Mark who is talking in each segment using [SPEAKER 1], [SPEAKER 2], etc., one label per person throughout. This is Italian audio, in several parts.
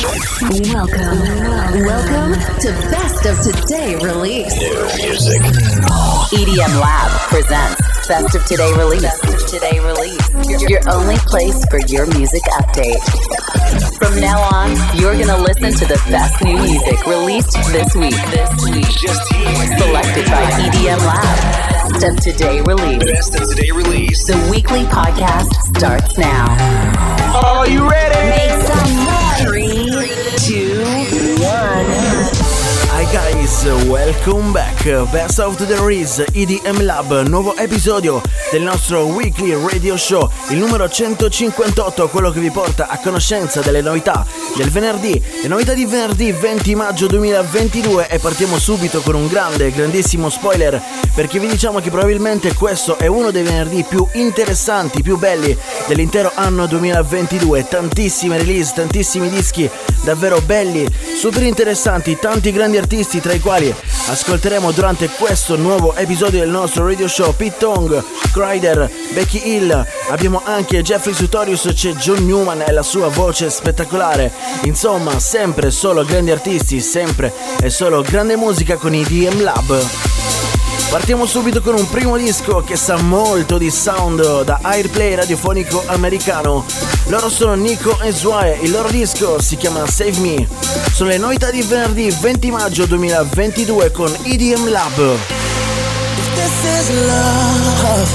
[SPEAKER 1] Welcome to Best of Today Release.
[SPEAKER 2] New music.
[SPEAKER 3] EDM Lab presents Best of Today Release. Best of Today Release. Your only place for your music update. From now on, you're gonna listen to the best new music released this week.
[SPEAKER 2] Just here.
[SPEAKER 3] Selected by EDM Lab. Best of Today Release.
[SPEAKER 2] Best of Today Release.
[SPEAKER 3] The weekly podcast starts now.
[SPEAKER 2] Are you ready?
[SPEAKER 3] Make some noise. 3, 2, 1.
[SPEAKER 4] Hi guys, welcome back. Best of the Release, EDM Lab, nuovo episodio del nostro weekly radio show, il numero 158, quello che vi porta a conoscenza delle novità del venerdì, le novità di venerdì 20 maggio 2022 e partiamo subito con un grandissimo spoiler, perché vi diciamo che probabilmente questo è uno dei venerdì più interessanti, più belli dell'intero anno 2022, tantissime release, tantissimi dischi davvero belli, super interessanti, tanti grandi artisti tra i quali ascolteremo durante questo nuovo episodio del nostro radio show Pete Tong, Kryder, Becky Hill, abbiamo anche Jeffrey Sutorius, c'è John Newman e la sua voce spettacolare, insomma sempre solo grandi artisti, sempre e solo grande musica con EDM Lab. Partiamo subito con un primo disco che sa molto di sound da airplay radiofonico americano. Loro sono Nico e Zwei, il loro disco si chiama Save Me. Sono le novità di venerdì 20 maggio 2022 con EDM Lab.
[SPEAKER 5] If this is love,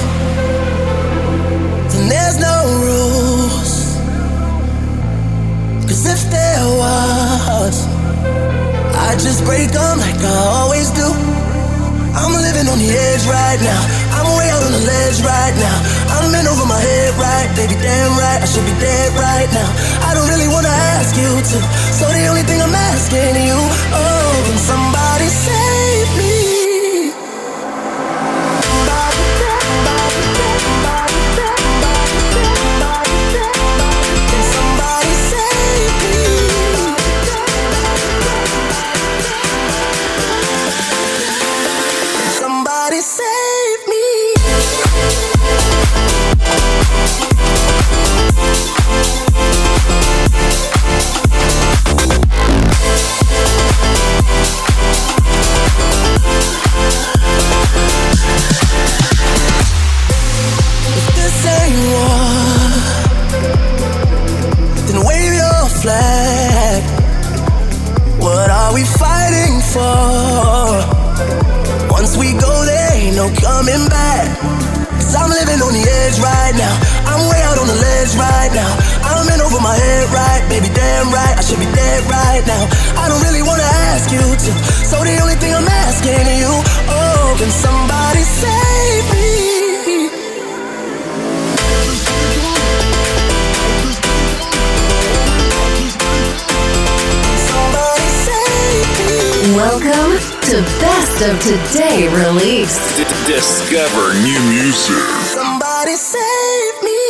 [SPEAKER 5] then there's no rules. 'Cause if there was, I'd just break them like I always do. I'm living on the edge right now. I'm way out on the ledge right now. I'm in over my head right, baby, damn right. I should be dead right now. I don't really wanna ask you to, so the only thing I'm asking you, oh, can somebody save me? Can somebody save me? Somebody save me. If this ain't war, then wave your flag. What are we fighting for? Once we go, there ain't no coming back. 'Cause I'm living on the edge right now. I'm way out on the ledge right now. I'm in over my head right, baby, damn right. I should be dead right now. I don't really wanna ask you to, so the only thing I'm asking you, oh, can somebody save me? Somebody save me.
[SPEAKER 1] Welcome to Best of Today Release.
[SPEAKER 2] Discover new music.
[SPEAKER 5] Somebody save me.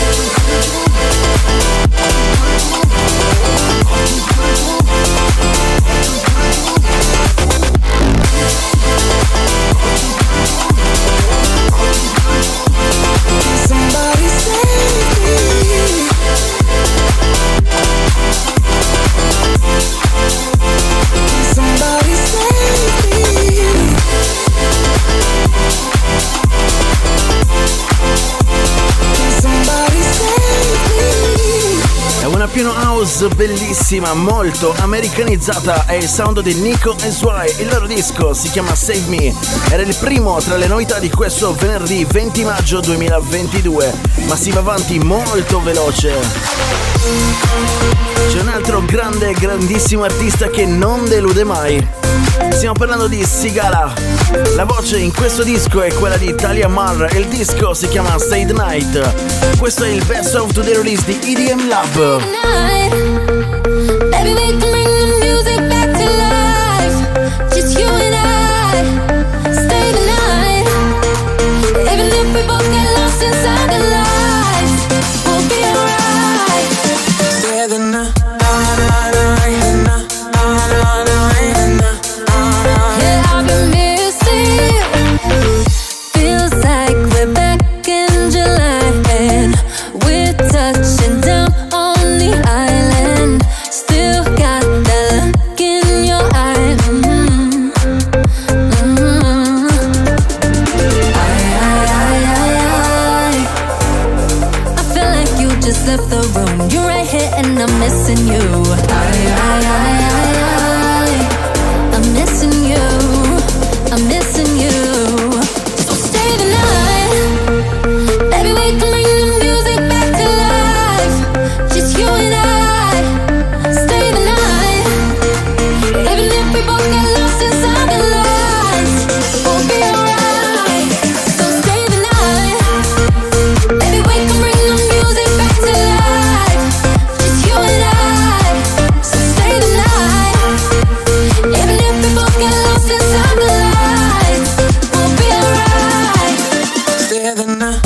[SPEAKER 5] Somebody save me. Somebody save me. Somebody save me.
[SPEAKER 4] È una piano house bellissima, molto americanizzata, è il sound di Nico e Zwei, il loro disco si chiama Save Me, era il primo tra le novità di questo venerdì 20 maggio 2022, ma si va avanti molto veloce. C'è un altro grandissimo artista che non delude mai. Stiamo parlando di Sigala. La voce in questo disco è quella di Talia Mar e il disco si chiama Stay the Night. Questo è il Best of Today Release di EDM Lab.
[SPEAKER 6] Baby, we can bring the music back to life. Just you and I. Stay the night. Even if we both get lost inside the lights, we'll be alright.
[SPEAKER 5] Stay the night.
[SPEAKER 6] Yeah, I've been missing. Feels like we're back in July and we're touching down on the island. you. I'm missing you. I'm missing you. So stay the night. Maybe we can bring the music back to life. Just you and I. Stay the night. Even if we both get lost inside the lights, we'll be alright. So stay the night. Maybe we can bring the music back to life. Just you and I. So stay the night. Even if we both get lost inside the lights, we'll be alright.
[SPEAKER 5] Stay the night.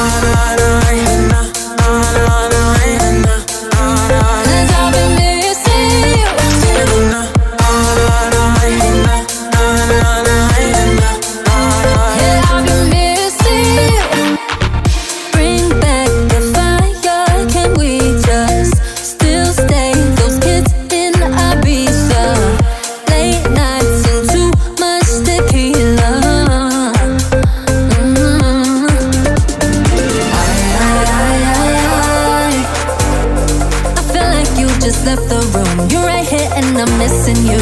[SPEAKER 6] Cause I've been missing you. Yeah, I've been missing you. Bring back the fire. Can we just still stay those kids in Ibiza? Late nights and too much tequila. I feel like you just left the room. You're right here and I'm missing you.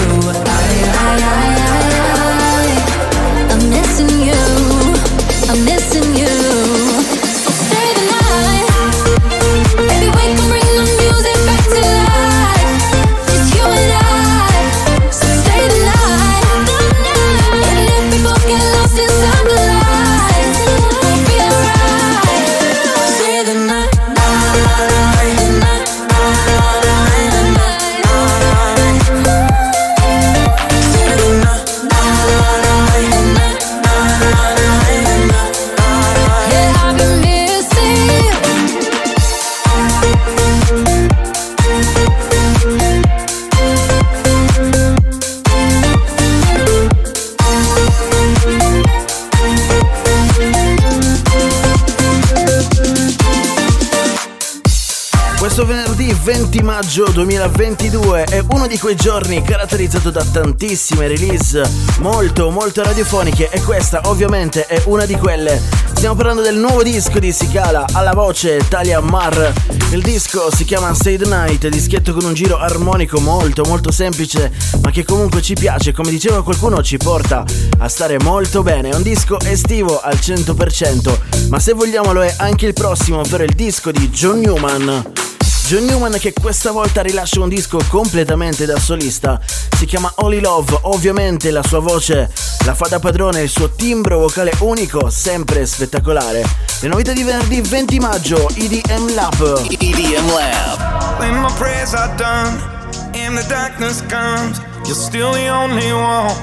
[SPEAKER 6] I'm missing you. I'm missing you. So stay the night. Maybe we can bring the music back to life. Just you and I. So stay the night. Even if we both get lost inside the lights, we'll be alright.
[SPEAKER 5] Stay the night.
[SPEAKER 6] Yeah, I've been missing you.
[SPEAKER 4] Questo venerdì 20 maggio 2022 è uno di quei giorni caratterizzato da tantissime release molto radiofoniche e questa ovviamente è una di quelle. Stiamo parlando del nuovo disco di Sigala, alla voce Talia Mar. Il disco si chiama Stay the Night, dischetto con un giro armonico molto semplice ma che comunque ci piace, come diceva qualcuno ci porta a stare molto bene. È un disco estivo al 100%, ma se vogliamo lo è anche il prossimo, ovvero il disco di John Newman. John Newman che questa volta rilascia un disco completamente da solista, si chiama Holy Love, ovviamente la sua voce la fa da padrone, il suo timbro vocale unico, sempre spettacolare. Le novità di venerdì 20 maggio, EDM Lab.
[SPEAKER 2] EDM Lab.
[SPEAKER 7] When my prayers are done and the darkness comes, you're still the only one.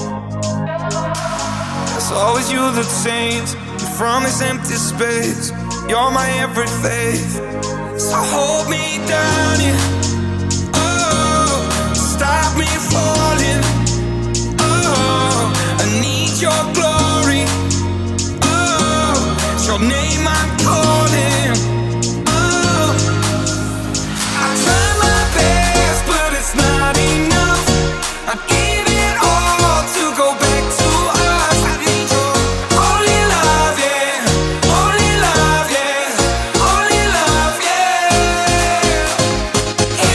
[SPEAKER 7] It's always you that saves me from this empty space. You're my every faith. So hold me down, yeah. Oh, stop me falling. Oh, I need your glory. Oh, it's your name I'm calling. Oh, I try my best, but it's not enough. I give it all to go back to us. I need your holy love, yeah. Holy love, yeah. Holy love, yeah.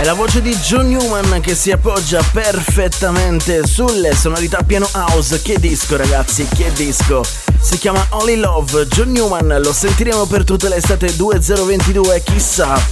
[SPEAKER 4] È la voce di John Newman che si appoggia perfettamente sulle sonorità piano house. Che disco, ragazzi, che disco! Si chiama Only Love. John Newman lo sentiremo per tutta l'estate 2022, chissà.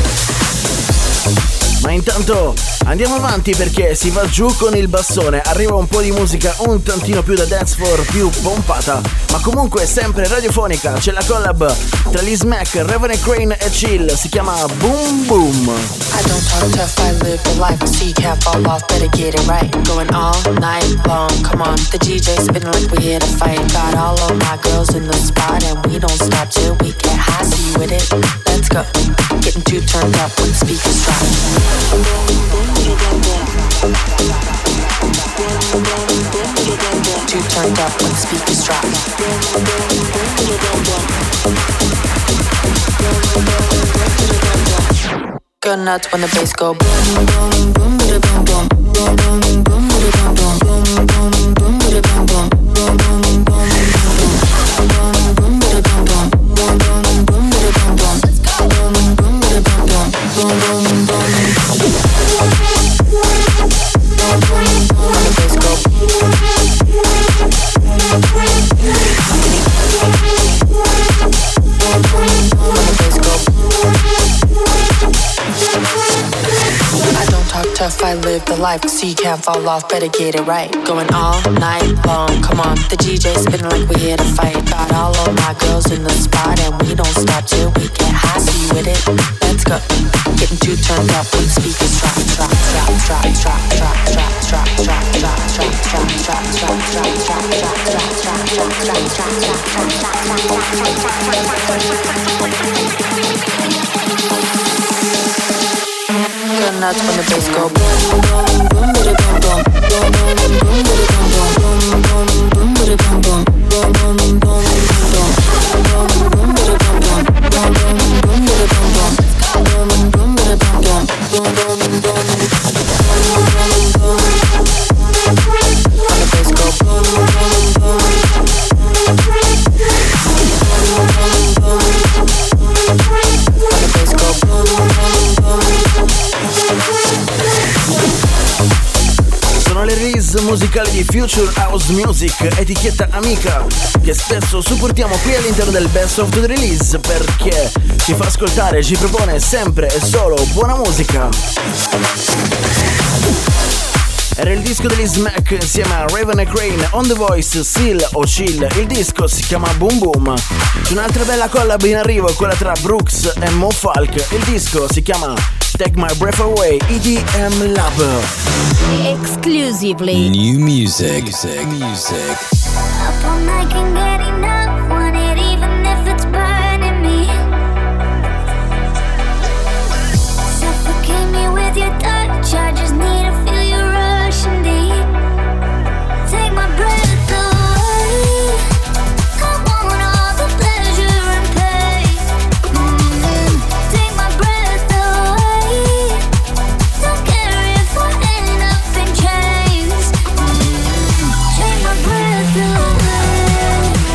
[SPEAKER 4] Ma intanto andiamo avanti perché si va giù con il bastone. Arriva un po' di musica un tantino più da dance floor, più pompata, ma comunque sempre radiofonica. C'è la collab tra Lee Smack, Raven Crane e Chill. Si chiama Boom Boom.
[SPEAKER 8] I don't talk tough, I live the life. See, can't fall off, better get it right. Going all night long, come on. The DJ spinning like we here to fight. Got all of my girls in the spot, and we don't stop till we get high. See you with it, let's go. Getting too turned up when the speakers drop. Too turned up when the speakers drop. Go nuts when the bass go boom boom boom boom boom boom boom boom boom boom boom boom boom boom boom boom boom. Tough, I live the life, see, can't fall off, better get it right. Going all night long, come on. The DJ spinning like we here to fight. Got all of my girls in the spot, and we don't stop till we get high. See you with it, let's go. Getting too turned up when the speakers drop, drop, drop, drop, drop, drop, drop, drop, drop, drop, drop, drop, drop, drop, drop, drop, Go nuts when the bass go boom boom boom boom boom boom boom boom boom boom boom boom boom boom boom
[SPEAKER 4] musicali di Future House Music, etichetta amica che spesso supportiamo qui all'interno del Best of the Release perché ci fa ascoltare, ci propone sempre e solo buona musica. Era il disco degli Smack insieme a Raven Crane, On The Voice, Seal o Chill. Il disco si chiama Boom Boom. C'è un'altra bella collab in arrivo, quella tra Brooks e Mo Falk. Il disco si chiama Take My Breath Away, EDM Lab.
[SPEAKER 9] Exclusively
[SPEAKER 2] New music.
[SPEAKER 6] Up all night, can't get enough. Want it even if it's burning me. Suffocate me with your touch. I just need to feel you rushing deep. Take my breath away. I want all the pleasure and pain. Take my breath away. Don't care if I end up in chains. Take my breath away.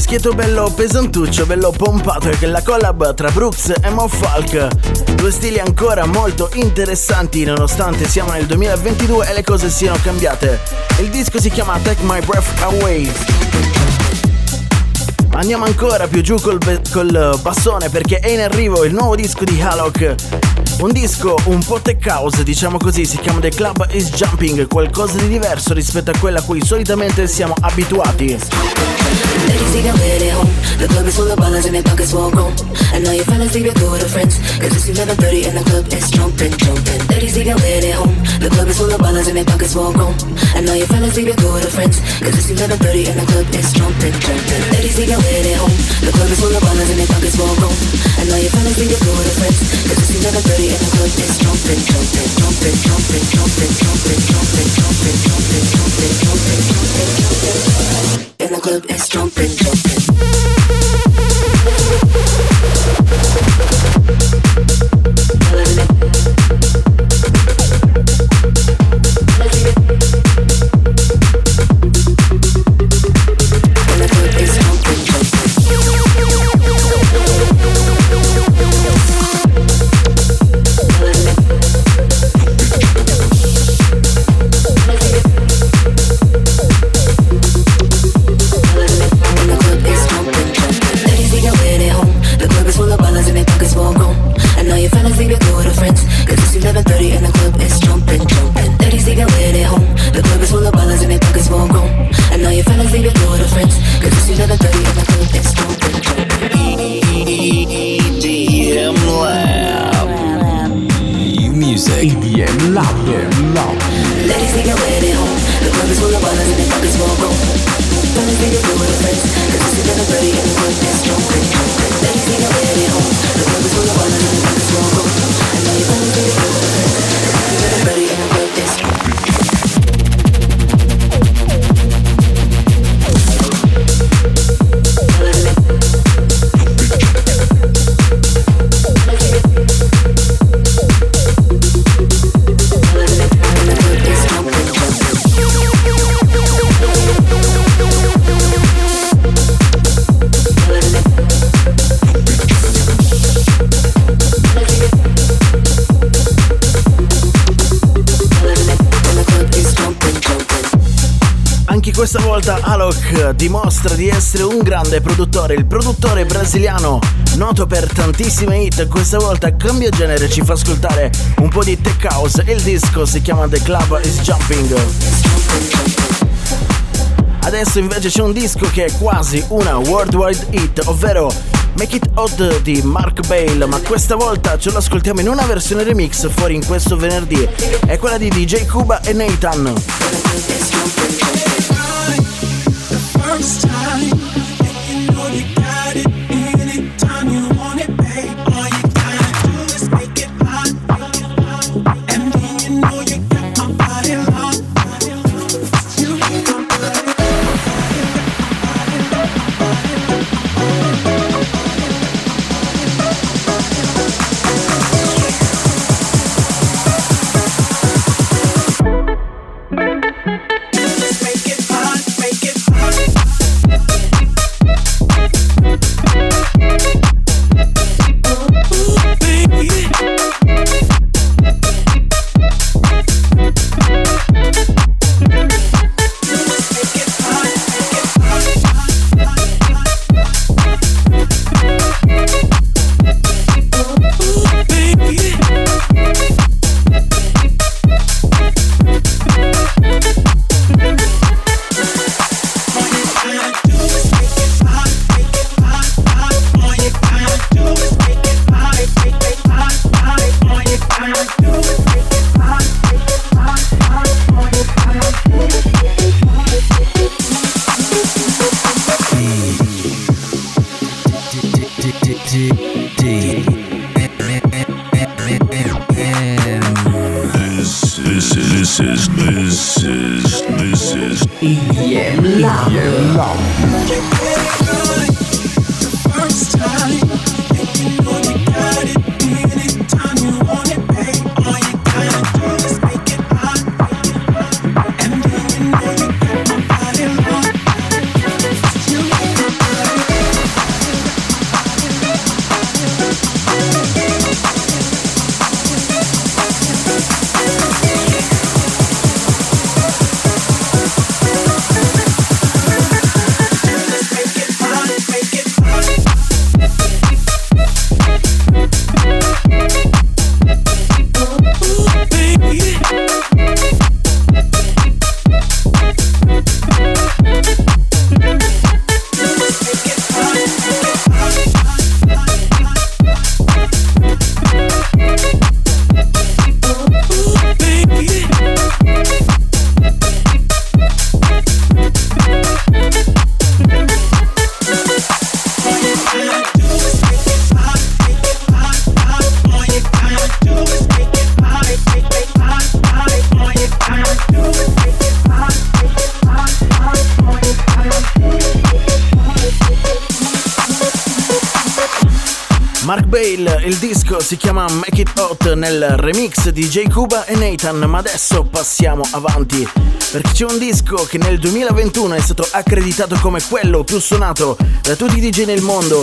[SPEAKER 4] fischietto bello pesantuccio, bello pompato, che è la collab tra Brooks e Mo Falk. Due stili ancora molto interessanti nonostante siamo nel 2022 e le cose siano cambiate. Il disco si chiama Take My Breath Away. Andiamo ancora più giù col bassone perché è in arrivo il nuovo disco di Alok. Un disco un po' tech house, diciamo così, si chiama The Club is Jumping, qualcosa di diverso rispetto a quella a cui solitamente siamo abituati.
[SPEAKER 9] Ladies, leave your head at home. The club is full of ballers and their pockets won't grow. And now your fellas leave your cool with friends. Cause it's 11:30 and the club is jumping, jumping. Ladies, leave your head at home. The club is full of ballers and their pockets won't grow. And now your fellas leave your cool with friends. Cause it's 11:30 and the club is jumping, jumping. Ladies, leave your head at home. The club is full of ballers and their pockets won't grow. And now your fellas leave your cool with friends. Cause it's 11:30 and the club is jumping, jumping, jumping, jumping, jumping, jumping, jumping, jumping, jumping, jumping, jumping, jumping, jumping. And the club is jumping, jumping.
[SPEAKER 2] EDM Lab.
[SPEAKER 9] Ladies, leave your head at home. The club is full of ballers and their pockets won't grow. Fellas, leave your cool with friends. Cause it's 11:30 and the club is jumping, jumping. Ladies, leave your head at home. The club is full of ballers and their pockets won't grow. And now your fellas leave your cool with friends. Cause it's 11:30 and the club is jumping.
[SPEAKER 4] Questa volta Alok dimostra di essere un grande produttore, il produttore brasiliano noto per tantissime hit. Questa volta cambia genere, ci fa ascoltare un po' di tech house. Il disco si chiama The Club is Jumping. Adesso invece c'è un disco che è quasi una worldwide hit, ovvero Make It Hot di Mark Bale, ma questa volta ce lo ascoltiamo in una versione remix fuori in questo venerdì. È quella di DJ Cuba e Nathan.
[SPEAKER 10] First time, and you know you got it. Anytime you want it, babe. All you gotta do is make it hot, and then you know you got my body locked. You got my body. Just make it hot, make it hot.
[SPEAKER 2] This is EDM Lab.
[SPEAKER 10] First time, and you know you got it. Anytime you want it, babe. All you gotta do is make it hot, and then you know you got my body locked. You got my body.
[SPEAKER 4] Mark Bale, il disco si chiama Make It Hot nel remix di J. Cuba e Nathan, ma adesso passiamo avanti perché c'è un disco che nel 2021 è stato accreditato come quello più suonato da tutti i DJ nel mondo.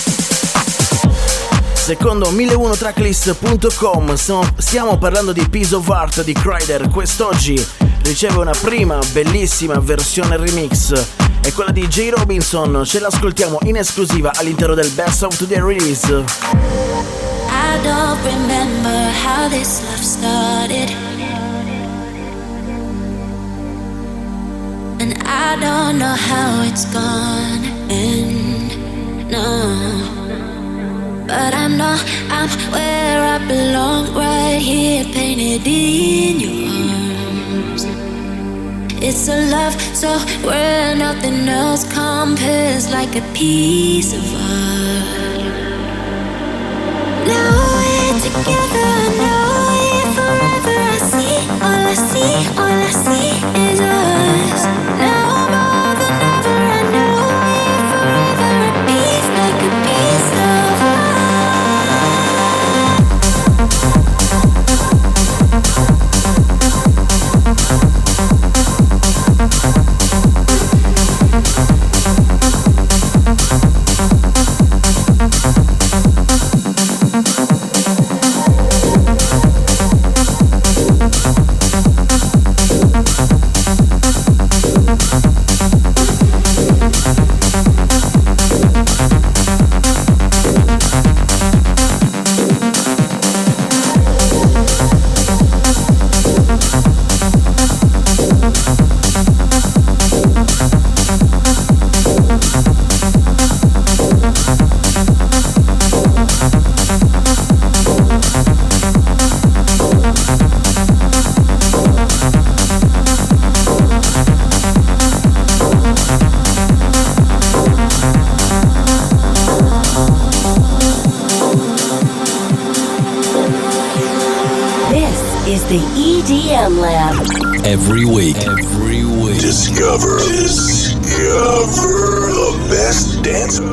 [SPEAKER 4] Secondo 1001tracklist.com stiamo parlando di Piece of Art di Kryder. Quest'oggi riceve una prima bellissima versione remix, è quella di J. Robinson, ce l'ascoltiamo in esclusiva all'interno del Best of Today Release.
[SPEAKER 6] I don't remember how this love started, and I don't know how it's gonna end, no. But I know I'm where I belong, right here painted in your arms. It's a love so where nothing else compares, like a piece of art. Now we're together, now we're forever. I see, all I see, all I see is us. Now more than ever, I know we're forever. A piece, like a piece of art.
[SPEAKER 3] The EDM Lab.
[SPEAKER 2] Every week.
[SPEAKER 11] Discover the best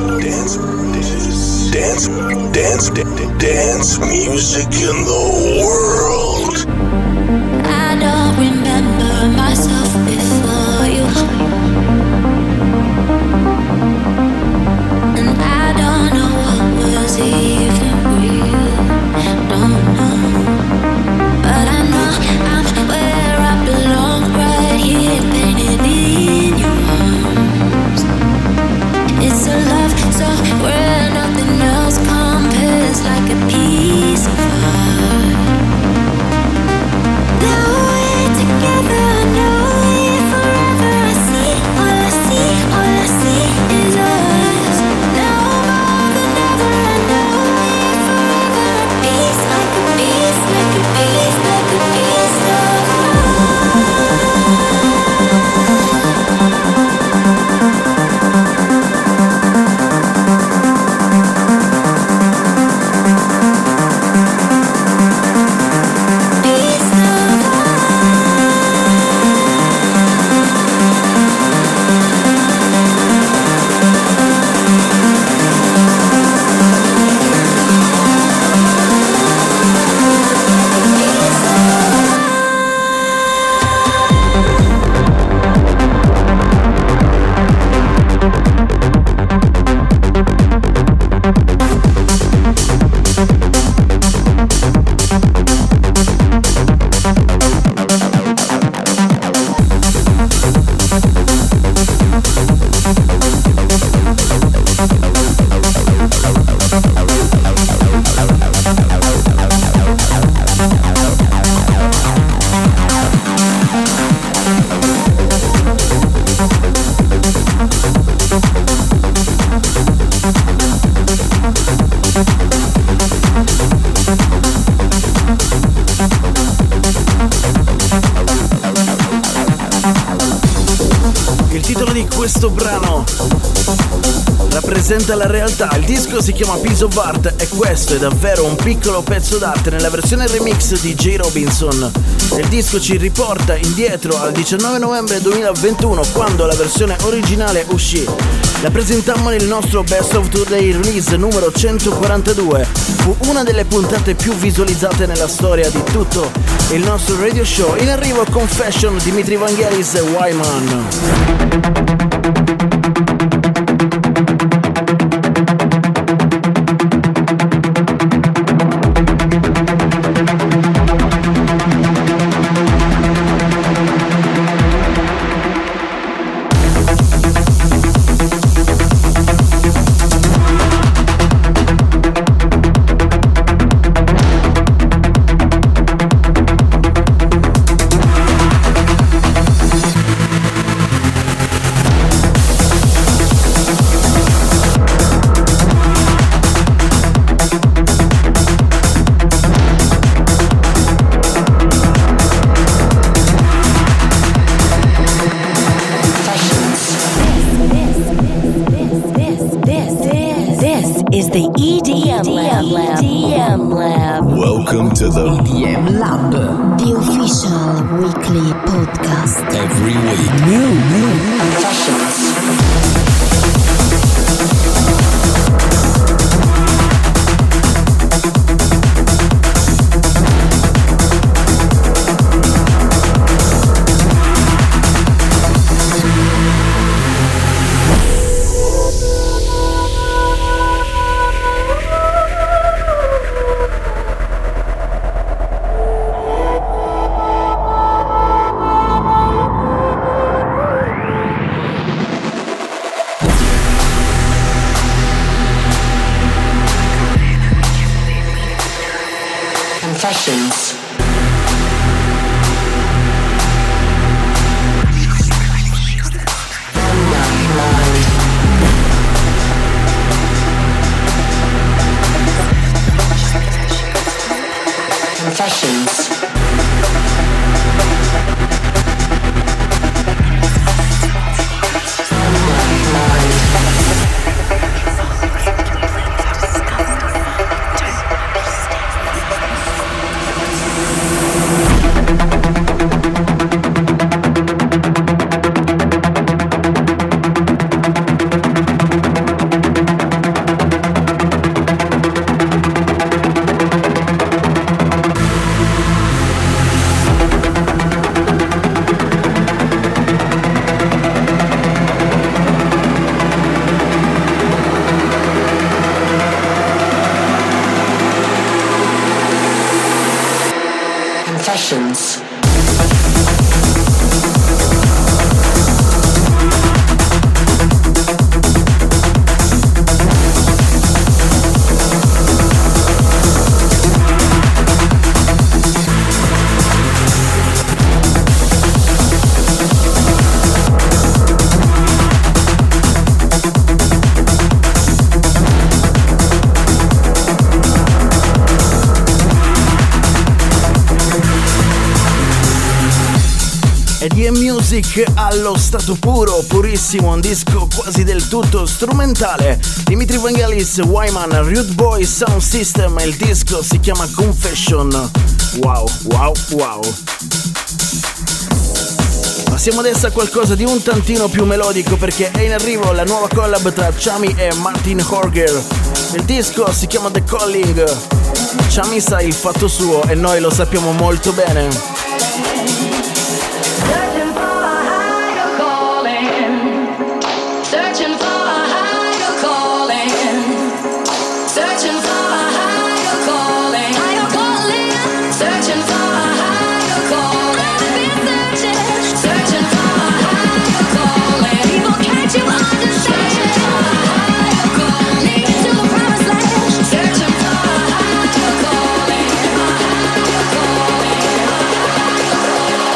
[SPEAKER 11] dance music in the world.
[SPEAKER 6] I don't remember myself before you, and I don't know what was even real. Don't know. But I know I'm where I belong, right here painted in your arms. It's a love so where nothing else compares, like a piece of art.
[SPEAKER 4] titolo di questo brano rappresenta la realtà. Il disco si chiama Piece of Art e questo è davvero un piccolo pezzo d'arte nella versione remix di J. Robinson. Il disco ci riporta indietro al 19 novembre 2021, quando la versione originale uscì. La presentammo nel nostro Best of Today Release numero 142. Fu una delle puntate più visualizzate nella storia di tutto il nostro radio show. In arrivo Confession, Dimitri Vangelis e Wyman.
[SPEAKER 12] The EDM Lab.
[SPEAKER 2] Welcome to the EDM Lab,
[SPEAKER 12] the official weekly podcast.
[SPEAKER 2] Every week, new Confessions.
[SPEAKER 8] Confessions. Confessions. Confessions.
[SPEAKER 4] EDM Music allo stato puro, purissimo, un disco quasi del tutto strumentale. Dimitri Vangelis, Wyman, Rude Boy Sound System, il disco si chiama Confession. Wow, wow, wow. Passiamo adesso a qualcosa di un tantino più melodico, perché è in arrivo la nuova collab tra Chami e Martin Horger. Il disco si chiama The Calling. Chami sa il fatto suo e noi lo sappiamo molto bene.
[SPEAKER 6] Searching for a higher calling.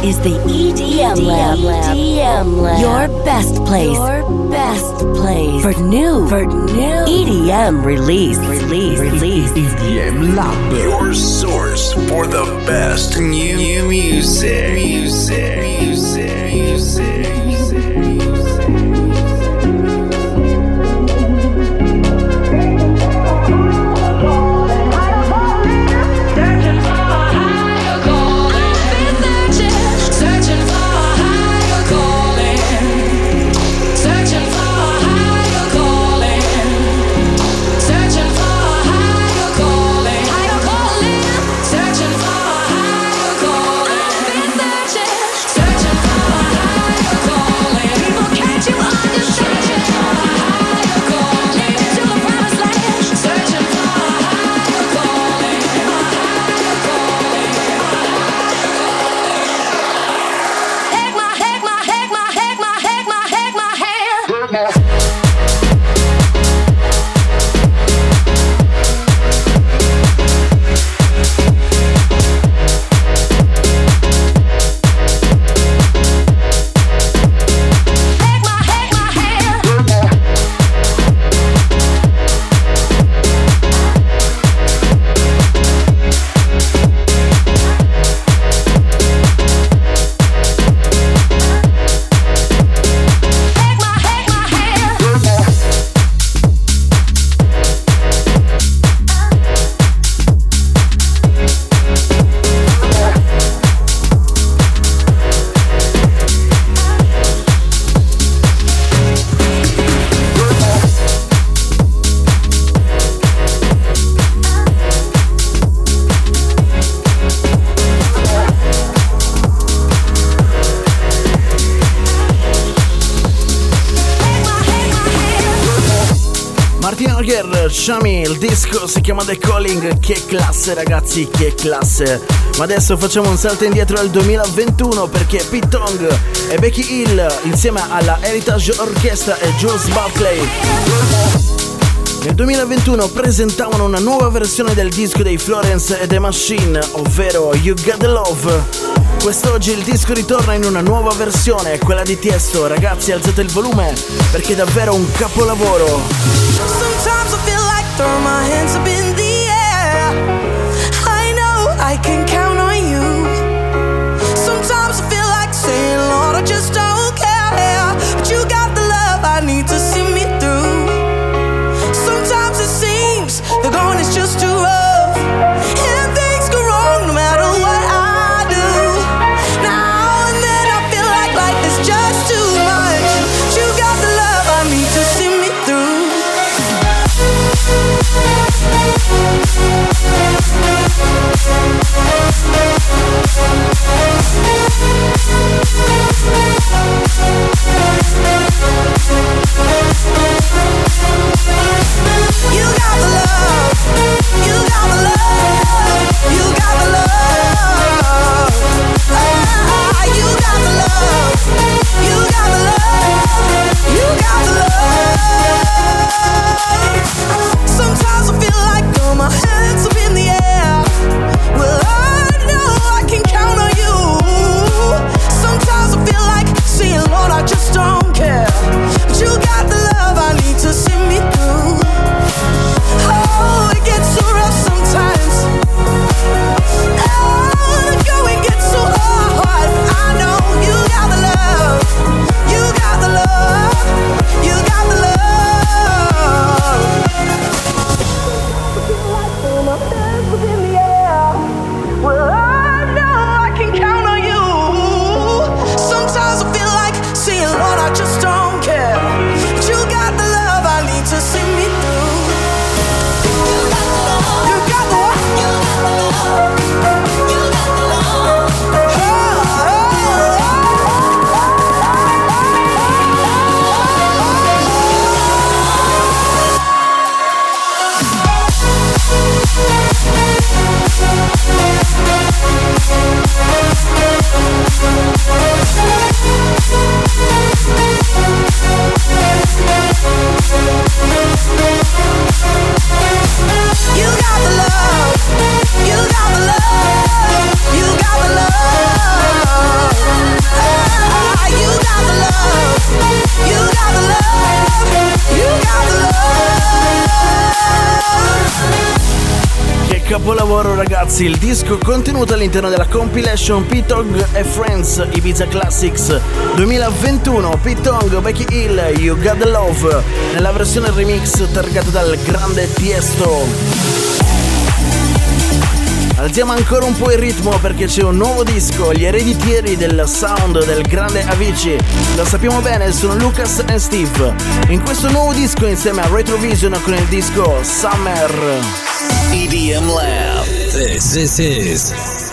[SPEAKER 12] is the EDM Lab. EDM Lab. Your best place. For new EDM release.
[SPEAKER 2] EDM Lab.
[SPEAKER 11] Your source for the best new music.
[SPEAKER 4] Shami, il disco si chiama The Calling. Che classe ragazzi, che classe. Ma adesso facciamo un salto indietro al 2021 perché Pete Tong e Becky Hill insieme alla Heritage Orchestra e Jules Buckley nel 2021 presentavano una nuova versione del disco dei Florence and the Machine, ovvero You Got the Love. Quest'oggi il disco ritorna in una nuova versione, quella di Tiesto. Ragazzi, alzate il volume perché è davvero un capolavoro.
[SPEAKER 5] Sometimes I feel like throwing my hands up in the air. I know I can count on you. Sometimes I feel like saying, Lord, I just don't care. But you got the love I need to see me through. Sometimes it seems the going is just too rough, and things go wrong no matter what I do. Now and then I feel like life is just too much. But you got the love I need to see me through.
[SPEAKER 4] ragazzi, il disco contenuto all'interno della compilation P-Tong e Friends Ibiza Classics 2021. P-Tong, Becky Hill, You Got The Love, nella versione remix targata dal grande Tiesto. Alziamo ancora un po' il ritmo perché c'è un nuovo disco, gli ereditieri del sound del grande Avicii. Lo sappiamo bene, sono Lucas e Steve. In questo nuovo disco insieme a Retrovision con il disco Summer.
[SPEAKER 2] EDM Lab. This is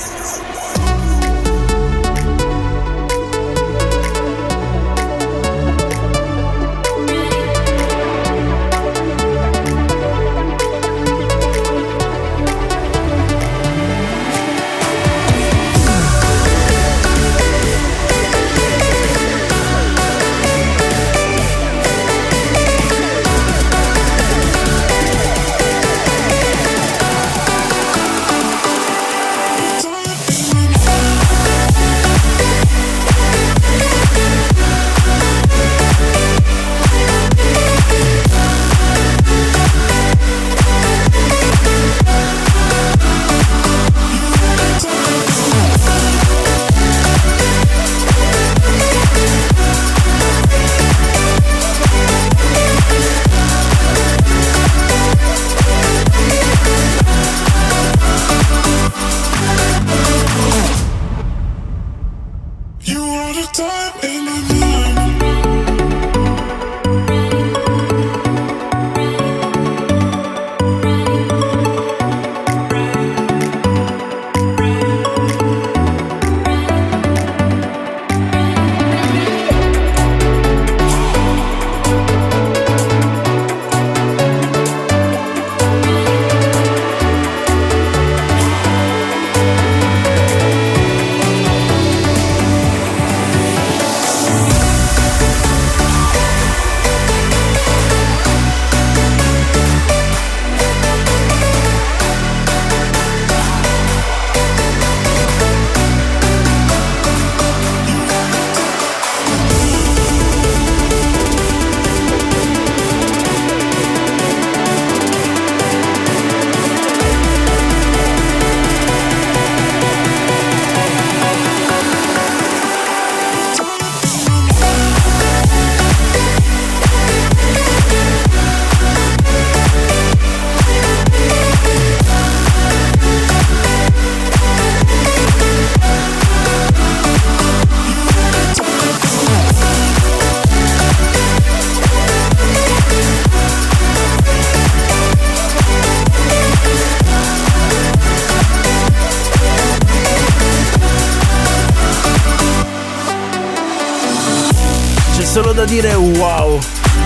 [SPEAKER 4] solo da dire wow.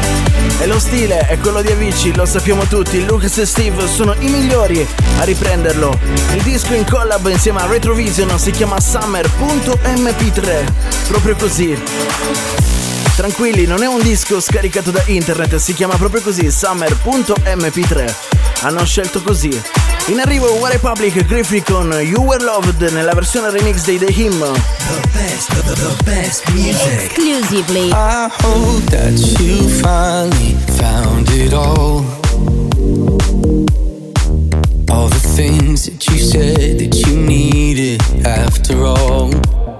[SPEAKER 4] E lo stile è quello di Avicii, lo sappiamo tutti. Lucas e Steve sono i migliori a riprenderlo. Il disco in collab insieme a Retrovision si chiama Summer.mp3. Proprio così. Tranquilli, non è un disco scaricato da internet, si chiama proprio così, Summer.mp3. Hanno scelto così. In arrivo One Republic Griffey con You Were Loved nella versione remix dei The Hymn.
[SPEAKER 2] the best music.
[SPEAKER 12] Exclusively.
[SPEAKER 13] I hope that you finally found it all. All the things that you said that you needed after all.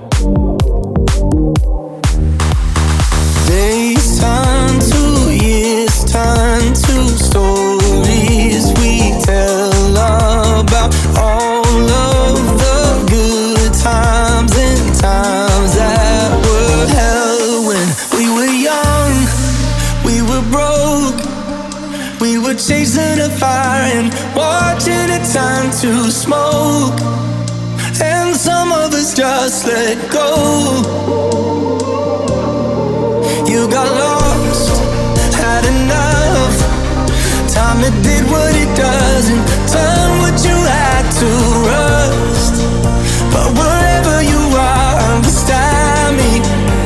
[SPEAKER 13] Days turn to years, turn to stories we tell about all of the good times and times that were hell when we were young, we were broke, we were chasing a fire and watching it turn to smoke, and some of us just let go. You got lost, had enough. Time it did what it does and turn what you had to rust. But wherever you are, understand me.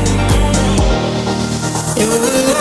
[SPEAKER 13] You will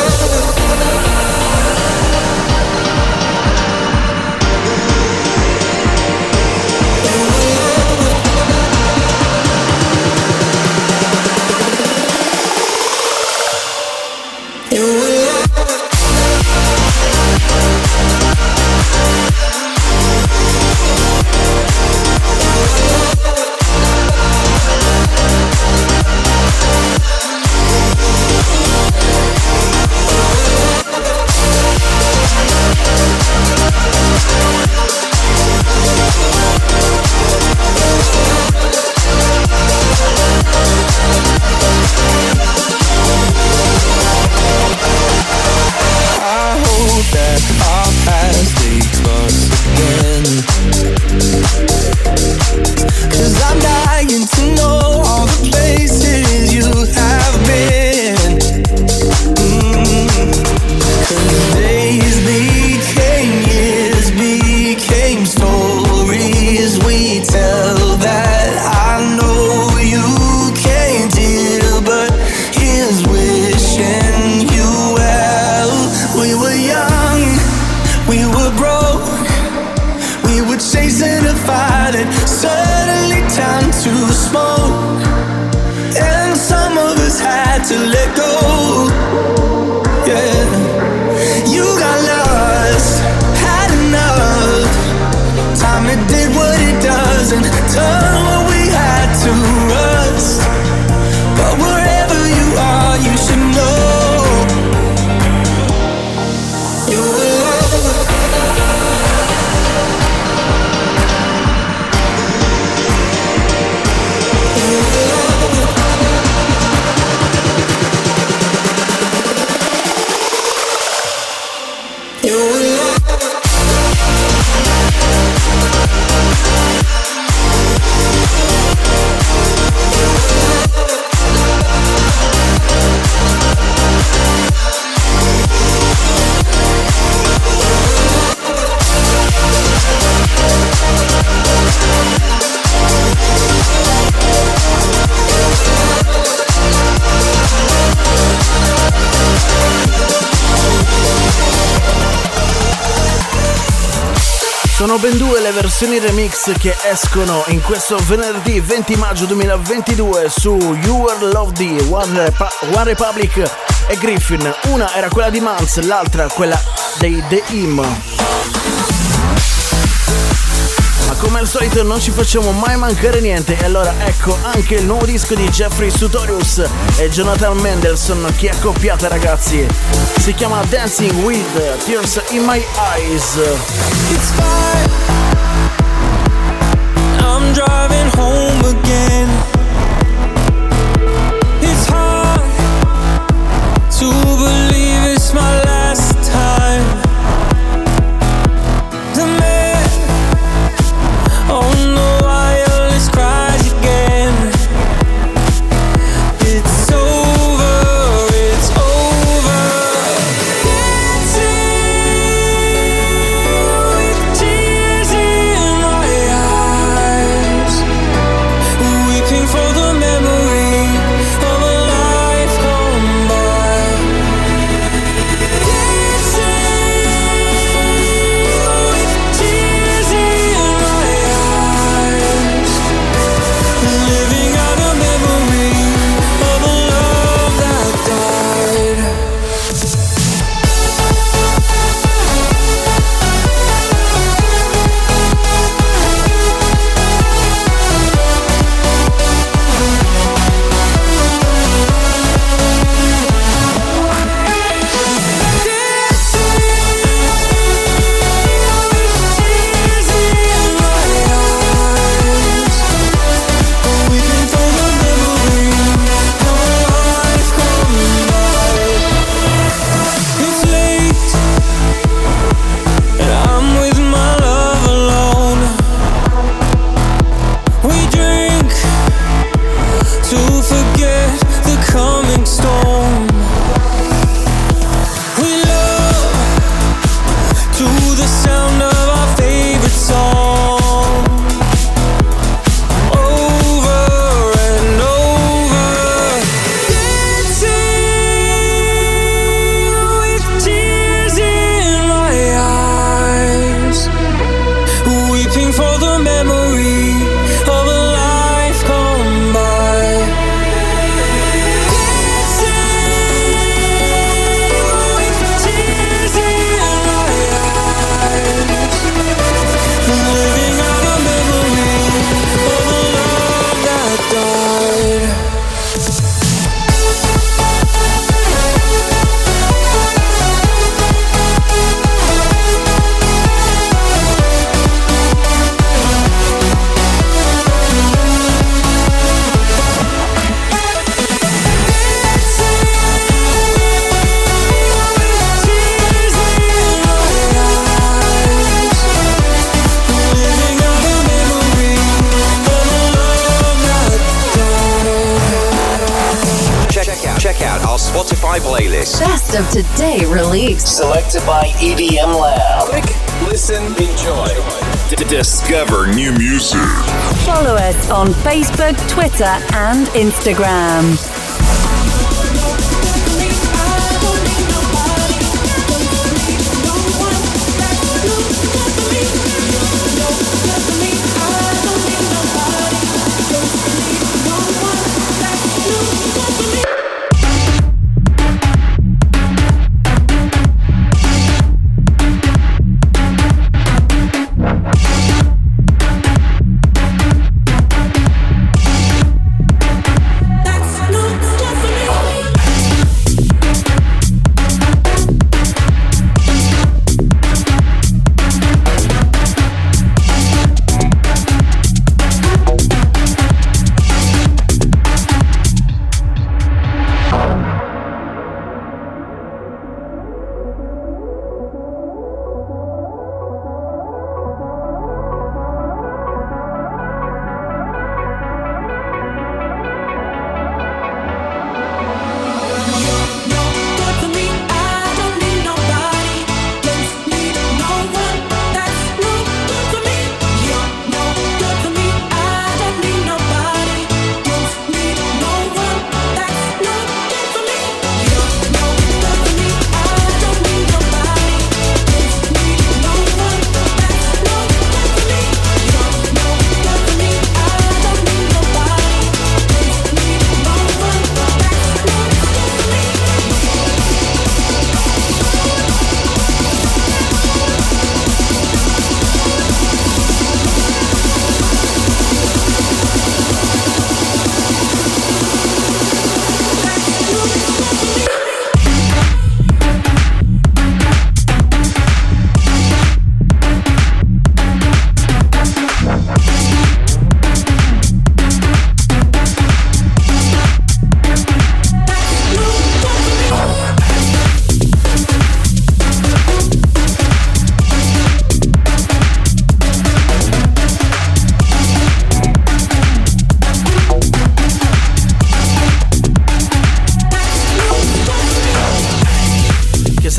[SPEAKER 13] time to smoke, and some of us had to let go. Yeah, you got lost, had enough. Time it did what it does and turn what we had to rust. But wherever you are, you should know you will love. You will love.
[SPEAKER 4] Sono ben due le versioni remix che escono in questo venerdì 20 maggio 2022 su You Were Loved, One Republic e Griffin. Una era quella di Mans, l'altra quella dei The Him. Ma come al solito non ci facciamo mai mancare niente, e allora ecco anche il nuovo disco di Jeffrey Sutorius e Jonathan Mendelsohn, che accoppiata ragazzi, si chiama Dancing with Tears in My Eyes.
[SPEAKER 13] It's fine, I'm driving home again. It's hard to believe it's my last time. The man on the wireless cries again. It's over, it's over. Dancing with tears in my eyes, weeping for the memory of a life gone by. Dancing with tears in my eyes, living out a memory of a love that died. It's late, and I'm with my love alone. We drink to forget the coming storm. We love to the sound of our favorite song, over and over. Dancing with tears in my eyes, weeping for the memory of a life gone by. Dancing with tears in my eyes, living out a memory of a love that died.
[SPEAKER 14] Check out our Spotify playlist.
[SPEAKER 1] Best of today release.
[SPEAKER 2] Selected by EDM Lab.
[SPEAKER 14] Click, listen, enjoy.
[SPEAKER 11] Discover new music.
[SPEAKER 12] Follow us on Facebook, Twitter, and Instagram.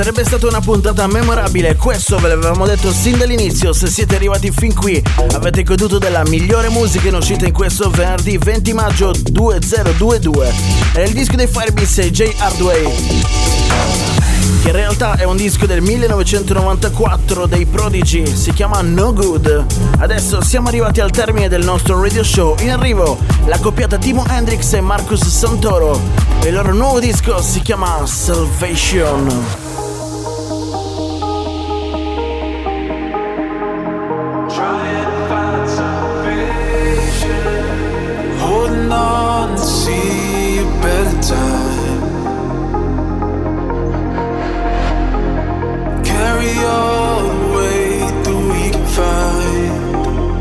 [SPEAKER 4] Sarebbe stata una puntata memorabile, questo ve l'avevamo detto sin dall'inizio. Se siete arrivati fin qui avete goduto della migliore musica in uscita in questo venerdì 20 maggio 2022. È il disco dei Firebeatz e Jay Hardway, che in realtà è un disco del 1994 dei Prodigy, si chiama No Good. Adesso siamo arrivati al termine del nostro radio show. In arrivo la coppiata Timo Hendrix e Marcus Santoro e il loro nuovo disco si chiama Salvation.
[SPEAKER 10] Holding on to see a better time. Carry all the weight that we can find.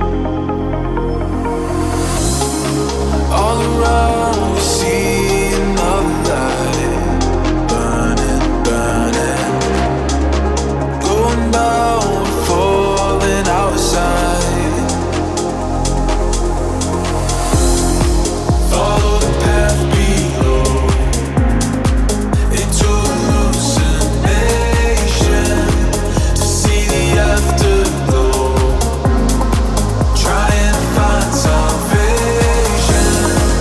[SPEAKER 10] All around we see another light, burning, burning, going down, falling outside. Follow the path below into hallucination to see the afterglow. Trying to find salvation.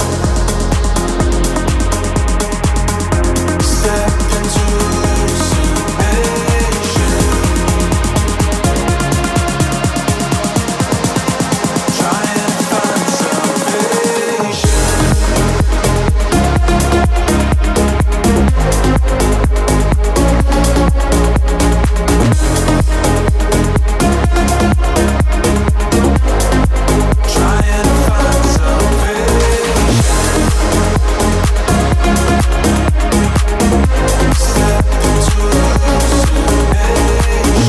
[SPEAKER 10] Step into hallucination. Trying to find salvation. Trying to find salvation. Step into hallucination.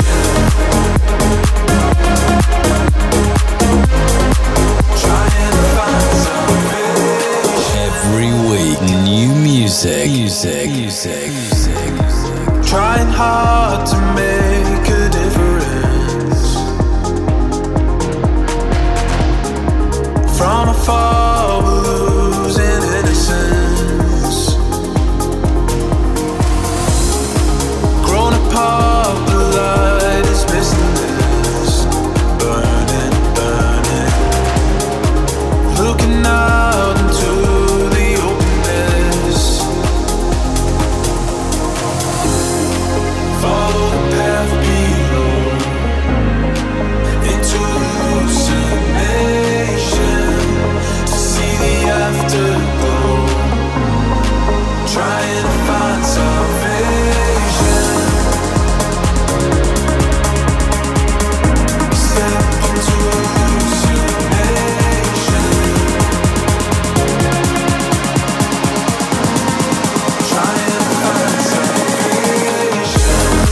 [SPEAKER 10] Trying to find salvation.
[SPEAKER 15] Every week, new music.
[SPEAKER 10] Trying hard to make a difference. From afar we're losing innocence. Grown apart, the light is missing this. Burning, burning. Looking out into the openness. Follow the path below into hallucination to see the afterglow. Trying to find salvation. Step into hallucination. Trying to find salvation.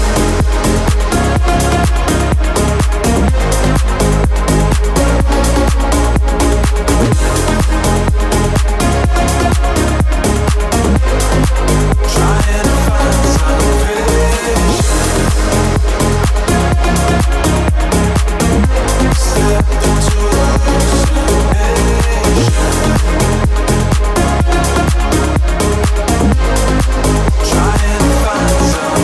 [SPEAKER 10] Trying to find salvation. Step into hallucination. Trying to find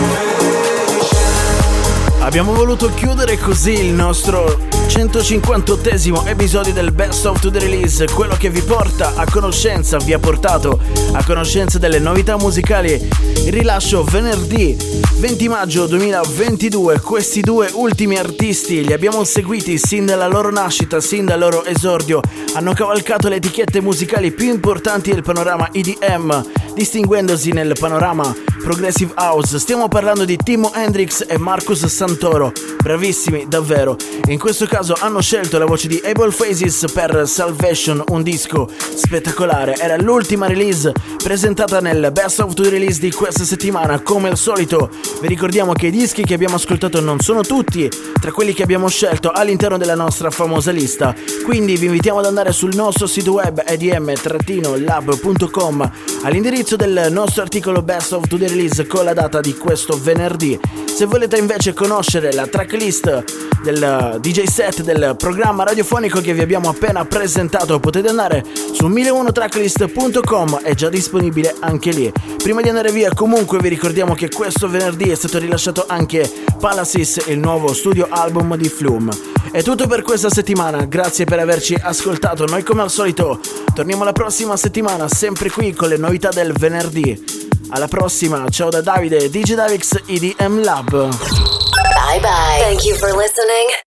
[SPEAKER 10] salvation.
[SPEAKER 4] Abbiamo voluto chiudere così il nostro 158esimo episodio del Best of the Release, quello che vi porta a conoscenza, vi ha portato a conoscenza delle novità musicali. Il rilascio venerdì 20 maggio 2022. Questi due ultimi artisti li abbiamo seguiti sin dalla loro nascita, sin dal loro esordio. Hanno cavalcato le etichette musicali più importanti del panorama EDM, distinguendosi nel panorama Progressive House. Stiamo parlando di Timo Hendrix e Marcus Santoro, bravissimi davvero. In questo caso hanno scelto la voce di Able Faces per Salvation, un disco spettacolare. Era l'ultima release presentata nel Best of the Release di questa settimana. Come al solito vi ricordiamo che i dischi che abbiamo ascoltato non sono tutti tra quelli che abbiamo scelto all'interno della nostra famosa lista, quindi vi invitiamo ad andare sul nostro sito web edm-lab.com all'indirizzo del nostro articolo Best of Today Release con la data di questo venerdì. Se volete invece conoscere la tracklist del DJ set del programma radiofonico che vi abbiamo appena presentato, potete andare su 1001tracklist.com, è già disponibile anche lì. Prima di andare via comunque vi ricordiamo che questo venerdì è stato rilasciato anche Palasis, il nuovo studio album di Flume. È tutto per questa settimana, grazie per averci ascoltato. Noi come al solito torniamo la prossima settimana, sempre qui con le novità del venerdì. Alla prossima, ciao da Davide, DJ Davix, EDM Lab.
[SPEAKER 1] Bye bye. Thank you for listening.